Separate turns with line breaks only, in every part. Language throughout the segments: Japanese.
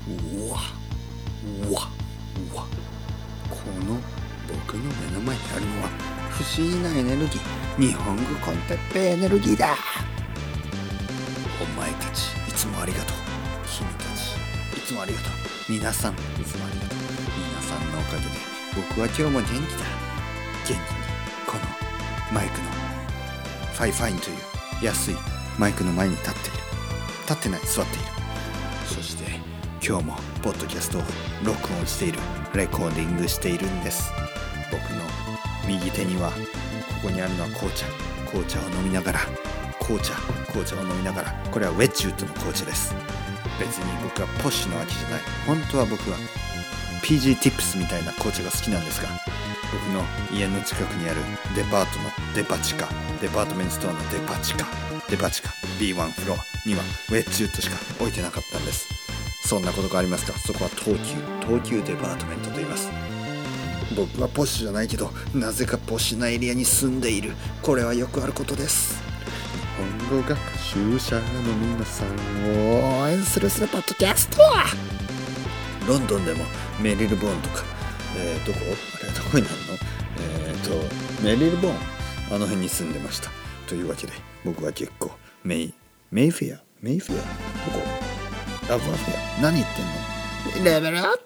うわうわうわ、この僕の目の前にあるのは不思議なエネルギー、日本語コンテッペエネルギーだ。お前たちいつもありがとう。君たちいつもありがとう。皆さんいつもありがとう。皆さんのおかげで僕は今日も元気だ。元気にこのマイクのファイファインという安いマイクの前に立っている。立ってない、座っている。そして今日もポッドキャストを録音している、レコーディングしているんです。僕の右手にはここにあるのは紅茶を飲みながら、紅茶を飲みながら、これはウェッジウッドの紅茶です。別に僕はポッシュのわけじゃない。本当は僕は PG ティップスみたいな紅茶が好きなんですが、僕の家の近くにあるデパートのデパ地下、デパートメントストアのデパ地下 B1 フロアにはウェッジウッドしか置いてなかったんです。そんなことがありますか？そこは東急デパートメントと言います。僕はポッシュじゃないけど、なぜかポッシュなエリアに住んでいる。これはよくあることです。日本語学習者の皆さんを応援するポッドキャストはロンドンでもメリルボーンとか、どこになるの？メリルボーン、あの辺に住んでました。というわけで僕は結構メイフェアどこ？ラブアフェア、何言ってんの？レベルアップ。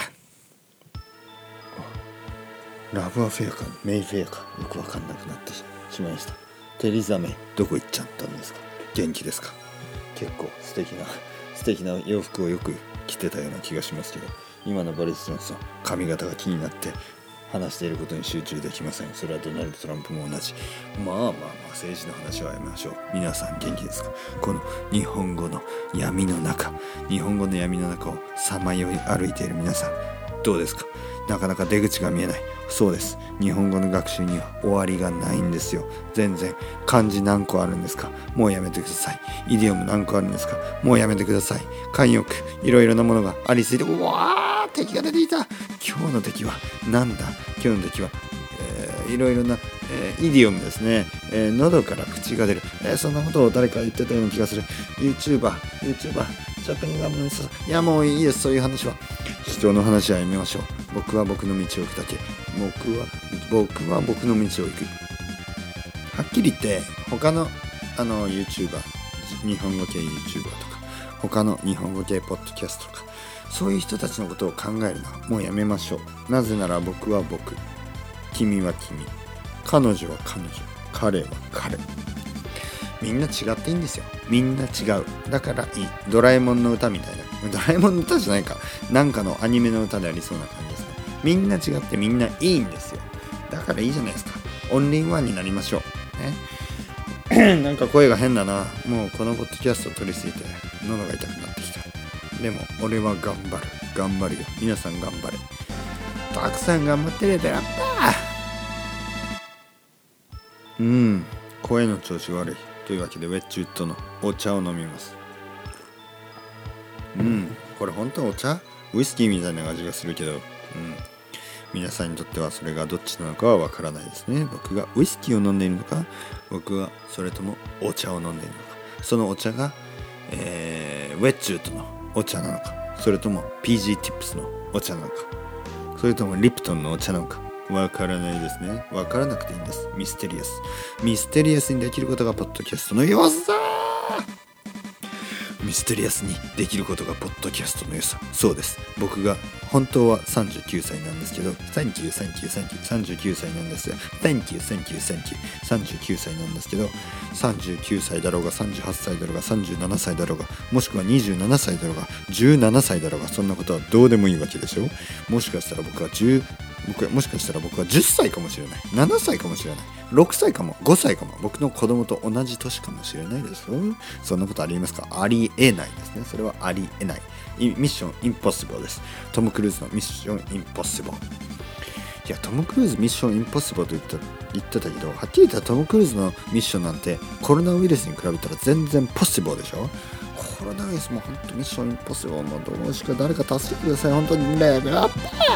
ラブアフェアかメイフェアかよくわかんなくなってしまいました。テリザメイどこ行っちゃったんですか？元気ですか？結構素敵な洋服をよく着てたような気がしますけど、今のボリス・ジョンソン髪型が気になって話していることに集中できません。それはドナルド・トランプも同じ。まあ政治の話はやめましょう。皆さん元気ですか？この日本語の闇の中をさまよい歩いている皆さんどうですか？なかなか出口が見えない。そうです。日本語の学習には終わりがないんですよ。全然。漢字何個あるんですか？もうやめてください。イディオム何個あるんですか？もうやめてください。慣用句、いろいろなものがありすぎて、うわー、敵が出ていた。今日の敵はなんだ？今日の敵は、いろいろな、イディオムですね。喉から口が出る。そんなことを誰か言ってたような気がする。YouTuber、ジャパニーズの人、いやもういいです。そういう話は。人の話はやめましょう。僕は僕の道を行くだけ。僕は僕の道を行く。はっきり言って他のYouTuber、日本語系 YouTuber とか他の日本語系ポッドキャストとか、そういう人たちのことを考えるのはもうやめましょう。なぜなら僕は僕、君は君、彼女は彼女、彼は彼。みんな違っていいんですよ。みんな違う。だからいい。ドラえもんの歌みたいな。ドラえもんの歌じゃないか。なんかのアニメの歌でありそうな感じですね。みんな違ってみんないいんですよ。だからいいじゃないですか。オンリーワンになりましょう。ね。なんか声が変だな。もうこのポッドキャスト取りすぎて喉が痛くなってきた。でも俺は頑張るよ。皆さん頑張れ。たくさん頑張ってレベルアップ。声の調子悪い。というわけでウェッジウッドのお茶を飲みます。これ本当はお茶？ウイスキーみたいな味がするけど、皆さんにとってはそれがどっちなのかはわからないですね。僕がウイスキーを飲んでいるのか、僕はそれともお茶を飲んでいるのか、そのお茶が、ウェッジウッドのお茶なのか、それとも PG ティップスのお茶なのか、それともリプトンのお茶なのか、わからないですね。わからなくていいんです。ミステリアスにできることがポッドキャストの良さ。ミステリアスにできることがポッドキャストの良さ。そうです。僕が本当は39歳なんですけど、39歳なんですよ。39歳なんですけど、39歳だろうが38歳だろうが37歳だろうが、もしくは27歳だろうが17歳だろうが、そんなことはどうでもいいわけでしょ。もしかしたら僕は10歳かもしれない。7歳かもしれない。6歳かも、5歳かも。僕の子供と同じ年かもしれないでしょ。そんなことありますか？ありえないですね。それはありえない。ミッションインポッシブルです。トム・クルーズのミッションインポッシブル。いや、トム・クルーズミッションインポッシブルと言ってたけど、はっきり言ったらトム・クルーズのミッションなんてコロナウイルスに比べたら全然ポッシブルでしょ。コロナウイルスも本当ミッションインポッシブルもどうしか誰か助けてください。本当にレベルアップ。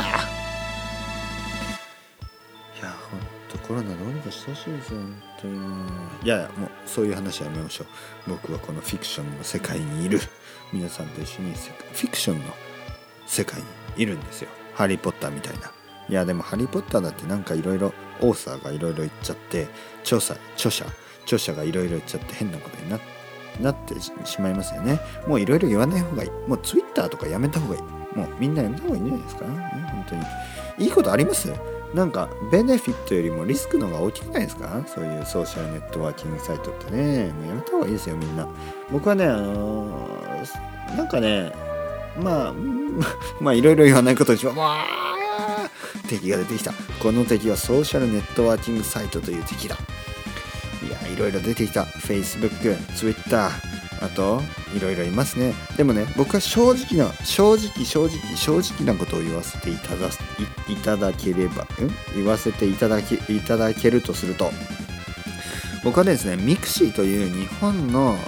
コロナどうにかしてほしいですよ。本当に。いやもうそういう話はやめましょう。僕はこのフィクションの世界にいる皆さんと一緒にフィクションの世界にいるんですよ。ハリーポッターみたいな。いやでもハリーポッターだってなんかいろいろオーサーがいろいろ言っちゃって、著者がいろいろ言っちゃって変なことになってしまいますよね。もういろいろ言わない方がいい。もうツイッターとかやめた方がいい。もうみんなやめた方がいいんじゃないですかね。本当にいいことあります？なんかベネフィットよりもリスクの方が大きくないですか？そういうソーシャルネットワーキングサイトってね、もうやめた方がいいですよみんな。僕はねなんかねまあいろいろ言わないことにしよう。敵が出てきた。この敵はソーシャルネットワーキングサイトという敵だ。いやいろいろ出てきた。 Facebook、Twitter、あといろいろいますね。でもね、僕は正直なことを言わせていただければ言わせていただけるとすると、僕はですね、ミクシーという日本の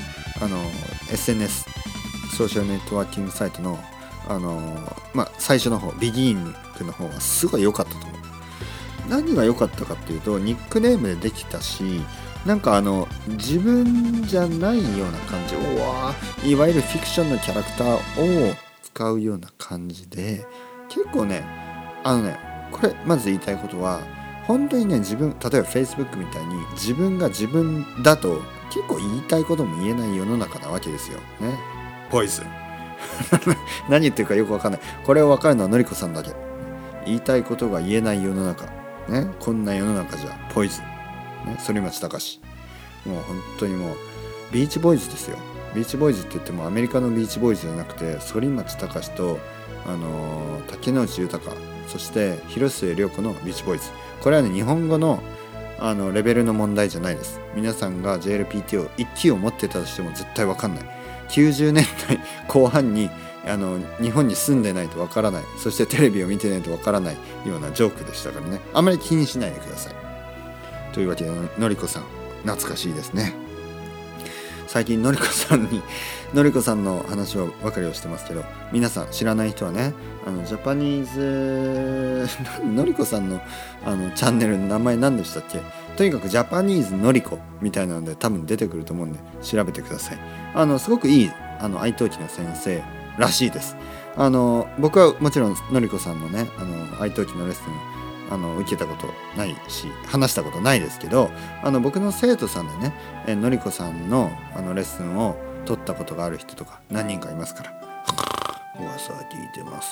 SNS ソーシャルネットワーキングサイトの最初の方、ビギングの方がすごい良かったと思う。何が良かったかっていうと、ニックネームでできたし、なんか自分じゃないような感じ、いわゆるフィクションのキャラクターを使うような感じで、結構ねこれまず言いたいことは、本当にね、例えば Facebook みたいに自分が自分だと結構言いたいことも言えない世の中なわけですよね。ポイズン何言ってるかよく分かんない。これを分かるのはのりこさんだけ。言いたいことが言えない世の中ね、こんな世の中じゃポイズンね、反町隆史、もう本当にもうビーチボーイズですよ。ビーチボーイズって言ってもアメリカのビーチボーイズじゃなくて、反町隆史と竹野内豊、そして広末涼子のビーチボーイズ。これはね、日本語のレベルの問題じゃないです。皆さんが JLPT を1級を持ってたとしても絶対分かんない。90年代後半に日本に住んでないとわからない、そしてテレビを見てないとわからないようなジョークでしたからね。あまり気にしないでください。というわけでのりこさん懐かしいですね。最近のりこさんの話ばかりをしてますけど、皆さん知らない人はね、ジャパニーズのりこさんのチャンネルの名前何でしたっけ？とにかくジャパニーズのりこみたいなので多分出てくると思うんで調べてください。すごくいい愛登記の先生らしいです。僕はもちろんのりこさんのね愛登記のレッスン受けたことないし話したことないですけど、僕の生徒さんでね、のりこさんのレッスンを取ったことがある人とか何人かいますから。噂は聞いてます。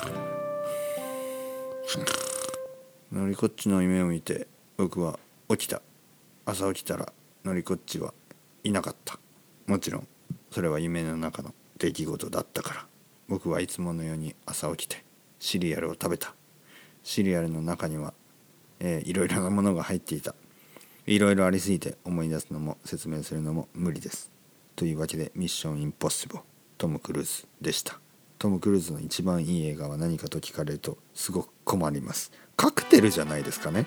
のりこっちの夢を見て僕は朝起きたらのりこっちはいなかった。もちろんそれは夢の中の出来事だったから。僕はいつものように朝起きてシリアルを食べた。シリアルの中には、いろいろなものが入っていた。いろいろありすぎて思い出すのも説明するのも無理です。というわけでミッションインポッシブルトム・クルーズでした。トム・クルーズの一番いい映画は何かと聞かれるとすごく困ります。カクテルじゃないですかね。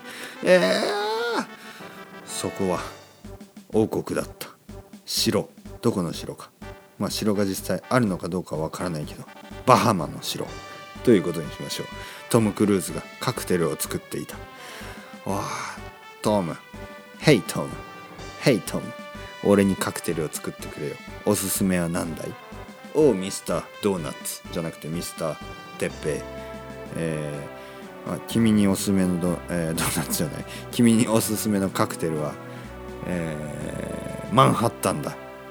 そこは王国だった。城、どこの城か。城が実際あるのかどうかはわからないけど、バハマの城ということにしましょう。トム・クルーズがカクテルを作っていた。トム、ヘイトム、俺にカクテルを作ってくれよ。おすすめは何だい？ミスタードーナツじゃなくてミスターテッペイ。君におすすめのドーナツじゃない。君におすすめのカクテルは、マンハッタンだ。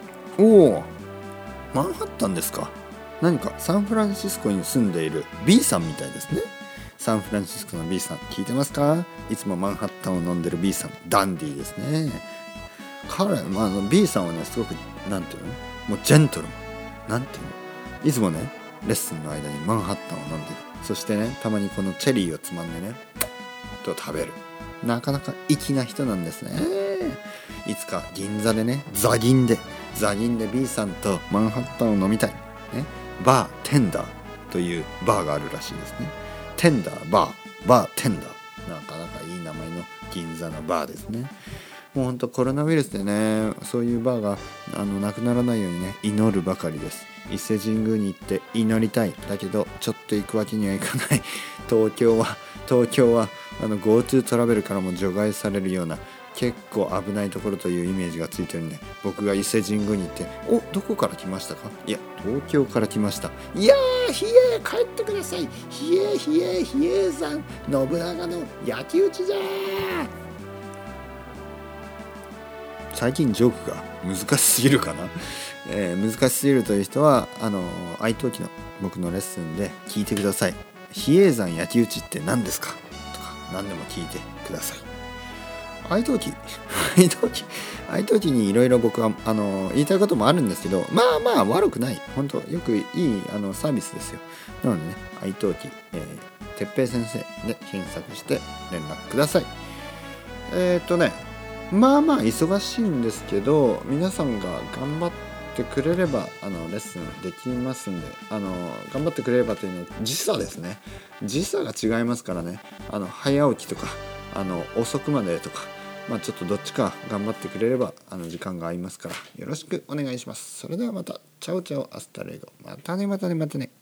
マンハッタンですか。何かサンフランシスコに住んでいる B さんみたいですね。サンフランシスコの B さん聞いてますか？いつもマンハッタンを飲んでる B さん、ダンディーですね。B さんはね、すごくなんていうの、もうジェントルマン、なんていうの、いつもねレッスンの間にマンハッタンを飲んでる。そしてね、たまにこのチェリーをつまんでねと食べる。なかなか粋な人なんですね。いつか銀座でね、ザギンで B さんとマンハッタンを飲みたい、ね、バーテンダーというバーがあるらしいですね。テンダーバーテンダー、なかなかいい名前の銀座のバーですね。もうほんとコロナウイルスでね、そういうバーがなくならないようにね、祈るばかりです。伊勢神宮に行って祈りたい。だけどちょっと行くわけにはいかない。東京はGoTo トラベルからも除外されるような結構危ないところというイメージがついてるんで、僕が伊勢神宮に行って「お、どこから来ましたか？」「いや、東京から来ました」「いやー、比叡帰ってください、比叡比叡比叡山、信長の焼き討ちじゃー」最近ジョークが難しすぎるかな、難しすぎるという人は愛登記の僕のレッスンで聞いてください。比叡山焼き討ちって何ですかとか何でも聞いてください。愛登記にいろいろ僕は言いたいこともあるんですけど、まあ悪くない、本当よくいいサービスですよ。なのでね、愛登記、哲平先生で検索して連絡ください。まあ忙しいんですけど、皆さんが頑張ってくれればレッスンできますんで、頑張ってくれればというのは時差ですね。時差が違いますからね。早起きとか遅くまでとか、ちょっとどっちか頑張ってくれれば時間が合いますから、よろしくお願いします。それではまた、チャオチャオ、アスタレゴ、またね。